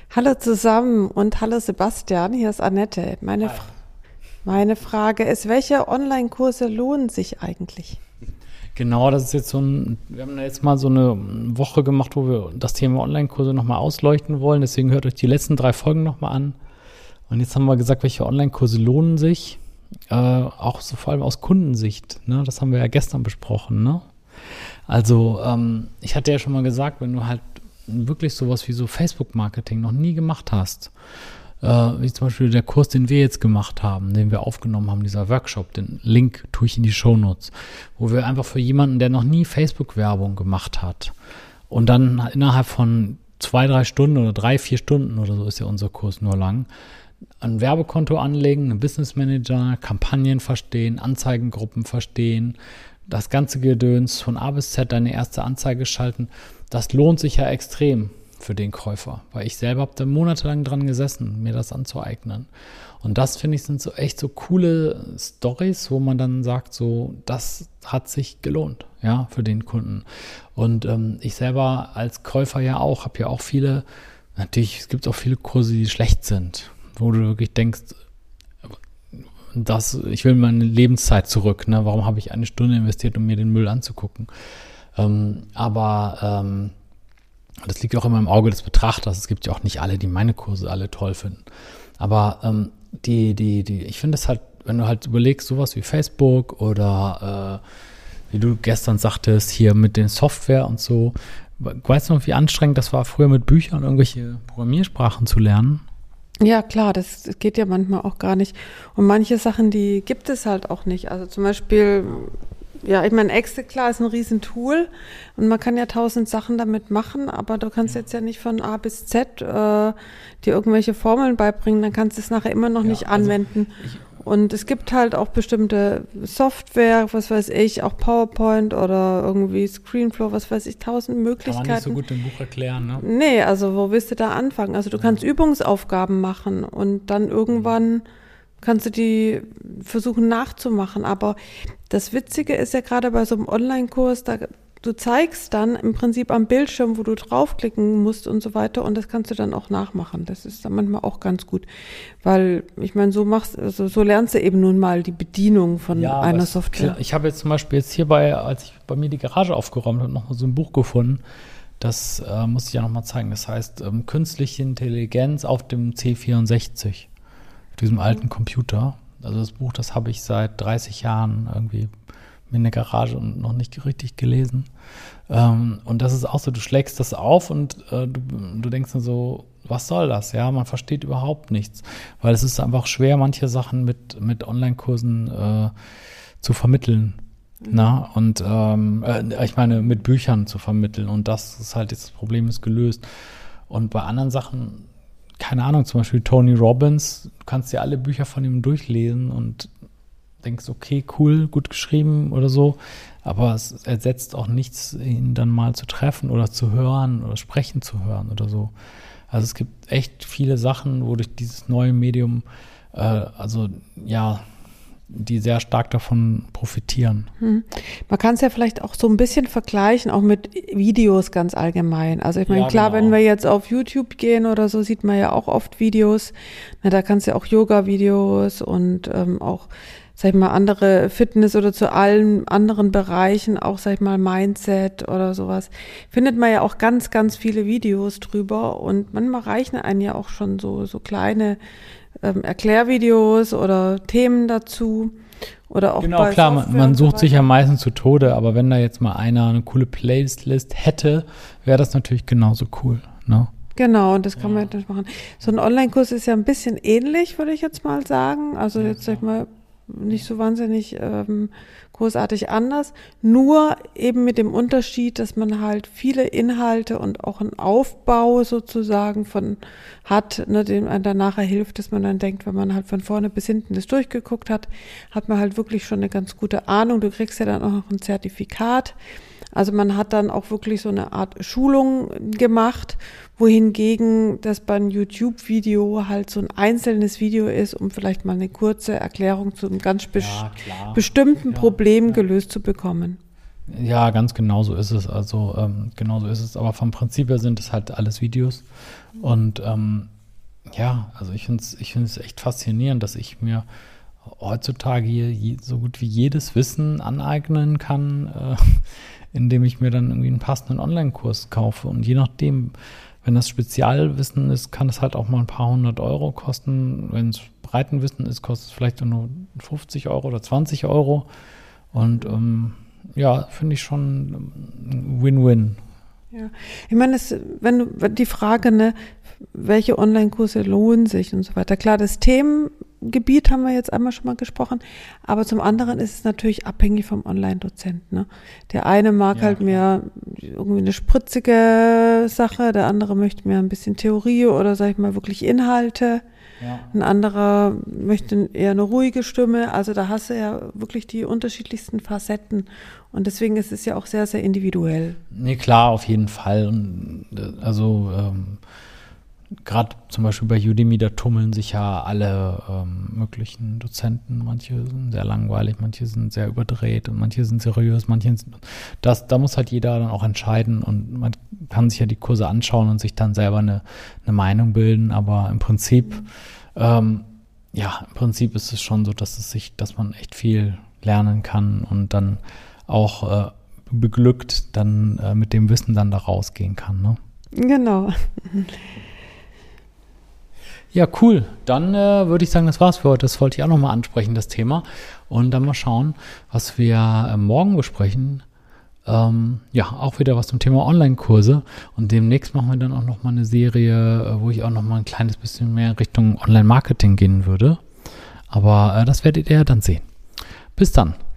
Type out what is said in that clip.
Hallo zusammen und hallo Sebastian, hier ist Annette. Hi. Meine Frage ist, welche Online-Kurse lohnen sich eigentlich? Genau, das ist jetzt wir haben jetzt mal so eine Woche gemacht, wo wir das Thema Online-Kurse nochmal ausleuchten wollen. Deswegen hört euch die letzten 3 Folgen nochmal an. Und jetzt haben wir gesagt, welche Online-Kurse lohnen sich. Auch so vor allem aus Kundensicht. Ne? Das haben wir ja gestern besprochen. Ne? Also, ich hatte ja schon mal gesagt, wenn du halt wirklich sowas wie so Facebook-Marketing noch nie gemacht hast, wie zum Beispiel der Kurs, den wir jetzt gemacht haben, den wir aufgenommen haben, dieser Workshop, den Link tue ich in die Shownotes, wo wir einfach für jemanden, der noch nie Facebook-Werbung gemacht hat und dann innerhalb von 2-3 Stunden oder 3-4 Stunden oder so ist ja unser Kurs nur lang, ein Werbekonto anlegen, einen Business Manager, Kampagnen verstehen, Anzeigengruppen verstehen, das ganze Gedöns von A bis Z, deine erste Anzeige schalten, das lohnt sich ja extrem für den Käufer, weil ich selber habe da monatelang dran gesessen, mir das anzueignen. Und das, finde ich, sind so echt so coole Storys, wo man dann sagt, so, das hat sich gelohnt, ja, für den Kunden. Und ich selber als Käufer ja auch, habe ja auch viele, natürlich, es gibt auch viele Kurse, die schlecht sind, wo du wirklich denkst, ich will meine Lebenszeit zurück, ne? Warum habe ich 1 Stunde investiert, um mir den Müll anzugucken? Aber das liegt auch immer im Auge des Betrachters. Es gibt ja auch nicht alle, die meine Kurse alle toll finden. Aber ich finde es halt, wenn du halt überlegst, sowas wie Facebook oder wie du gestern sagtest, hier mit den Software und so. Weißt du noch, wie anstrengend das war, früher mit Büchern irgendwelche Programmiersprachen zu lernen? Ja, klar, das geht ja manchmal auch gar nicht. Und manche Sachen, die gibt es halt auch nicht. Also zum Beispiel, ja, ich meine, Excel, klar, ist ein Riesentool und man kann ja 1000 Sachen damit machen, aber du kannst jetzt ja nicht von A bis Z dir irgendwelche Formeln beibringen, dann kannst du es nachher immer noch nicht anwenden. Und es gibt halt auch bestimmte Software, was weiß ich, auch PowerPoint oder irgendwie Screenflow, was weiß ich, 1000 Möglichkeiten. Kann man nicht so gut im Buch erklären, ne? Nee, also wo willst du da anfangen? Also du kannst Übungsaufgaben machen und dann irgendwann kannst du die versuchen nachzumachen. Aber das Witzige ist ja gerade bei so einem Online-Kurs, du zeigst dann im Prinzip am Bildschirm, wo du draufklicken musst und so weiter und das kannst du dann auch nachmachen. Das ist dann manchmal auch ganz gut, weil ich meine, so lernst du eben nun mal die Bedienung von einer Software. Ich habe jetzt zum Beispiel jetzt hierbei, als ich bei mir die Garage aufgeräumt habe, noch mal so ein Buch gefunden. Das muss ich ja noch mal zeigen. Das heißt Künstliche Intelligenz auf dem C64, auf diesem alten Computer. Also das Buch, das habe ich seit 30 Jahren irgendwie in der Garage und noch nicht richtig gelesen. Und das ist auch so, du schlägst das auf und du denkst dann so, was soll das? Ja, man versteht überhaupt nichts, weil es ist einfach schwer, manche Sachen mit Online-Kursen zu vermitteln. Na? Und ich meine, mit Büchern zu vermitteln. Und das ist halt, das Problem ist gelöst. Und bei anderen Sachen, keine Ahnung, zum Beispiel Tony Robbins, du kannst dir alle Bücher von ihm durchlesen und denkst, okay, cool, gut geschrieben oder so, aber es ersetzt auch nichts, ihn dann mal zu treffen oder zu hören oder sprechen zu hören oder so. Also es gibt echt viele Sachen, wo durch dieses neue Medium, die sehr stark davon profitieren. Man kann es ja vielleicht auch so ein bisschen vergleichen, auch mit Videos ganz allgemein. Also ich meine, Ja, klar, genau. wenn wir jetzt auf YouTube gehen oder so, sieht man ja auch oft Videos. Na, da kannst du ja auch Yoga-Videos und auch, sag ich mal, andere Fitness oder zu allen anderen Bereichen, auch, sag ich mal, Mindset oder sowas, findet man ja auch ganz, ganz viele Videos drüber und manchmal reichen einen ja auch schon so kleine Erklärvideos oder Themen dazu oder auch Genau, bei klar, Software man und so sucht sich ja weiter. meistens zu Tode, aber wenn da jetzt mal einer eine coole Playlist hätte, wäre das natürlich genauso cool, ne? Genau, und das kann man jetzt machen. So ein Online-Kurs ist ja ein bisschen ähnlich, würde ich jetzt mal sagen. Also jetzt sag ich mal, nicht so wahnsinnig großartig anders. Nur eben mit dem Unterschied, dass man halt viele Inhalte und auch einen Aufbau sozusagen hat, ne, dem einem dann nachher hilft, dass man dann denkt, wenn man halt von vorne bis hinten das durchgeguckt hat, hat man halt wirklich schon eine ganz gute Ahnung. Du kriegst ja dann auch noch ein Zertifikat. Also man hat dann auch wirklich so eine Art Schulung gemacht, wohingegen das beim YouTube-Video halt so ein einzelnes Video ist, um vielleicht mal eine kurze Erklärung zu einem ganz bestimmten Problem gelöst zu bekommen. Ja, ganz genau so ist es. Also genau so ist es. Aber vom Prinzip her sind es halt alles Videos. Und ja, also ich finde es echt faszinierend, dass ich mir heutzutage hier so gut wie jedes Wissen aneignen kann, indem ich mir dann irgendwie einen passenden Online-Kurs kaufe. Und je nachdem, wenn das Spezialwissen ist, kann es halt auch mal ein paar 100 Euro kosten. Wenn es Breitenwissen ist, kostet es vielleicht nur 50 Euro oder 20 Euro. Und ja, finde ich schon ein Win-Win. Ja, ich meine, wenn die Frage, ne, welche Online-Kurse lohnen sich und so weiter. Klar, das Themengebiet haben wir jetzt einmal schon mal gesprochen, aber zum anderen ist es natürlich abhängig vom Online-Dozent, ne? Der eine mag halt mehr irgendwie eine spritzige Sache, der andere möchte mehr ein bisschen Theorie oder, sag ich mal, wirklich Inhalte. Ja. Ein anderer möchte eher eine ruhige Stimme. Also da hast du ja wirklich die unterschiedlichsten Facetten. Und deswegen ist es ja auch sehr, sehr individuell. Nee, klar, auf jeden Fall. Und also gerade zum Beispiel bei Udemy, da tummeln sich ja alle möglichen Dozenten. Manche sind sehr langweilig, manche sind sehr überdreht und manche sind seriös, manche sind da muss halt jeder dann auch entscheiden und man kann sich ja die Kurse anschauen und sich dann selber eine Meinung bilden, aber im Prinzip im Prinzip ist es schon so, dass man echt viel lernen kann und dann auch beglückt dann mit dem Wissen dann da rausgehen kann, ne? Genau. Ja, cool. Dann würde ich sagen, das war's für heute. Das wollte ich auch nochmal ansprechen, das Thema. Und dann mal schauen, was wir morgen besprechen. Auch wieder was zum Thema Online-Kurse. Und demnächst machen wir dann auch nochmal eine Serie, wo ich auch nochmal ein kleines bisschen mehr Richtung Online-Marketing gehen würde. Aber das werdet ihr ja dann sehen. Bis dann.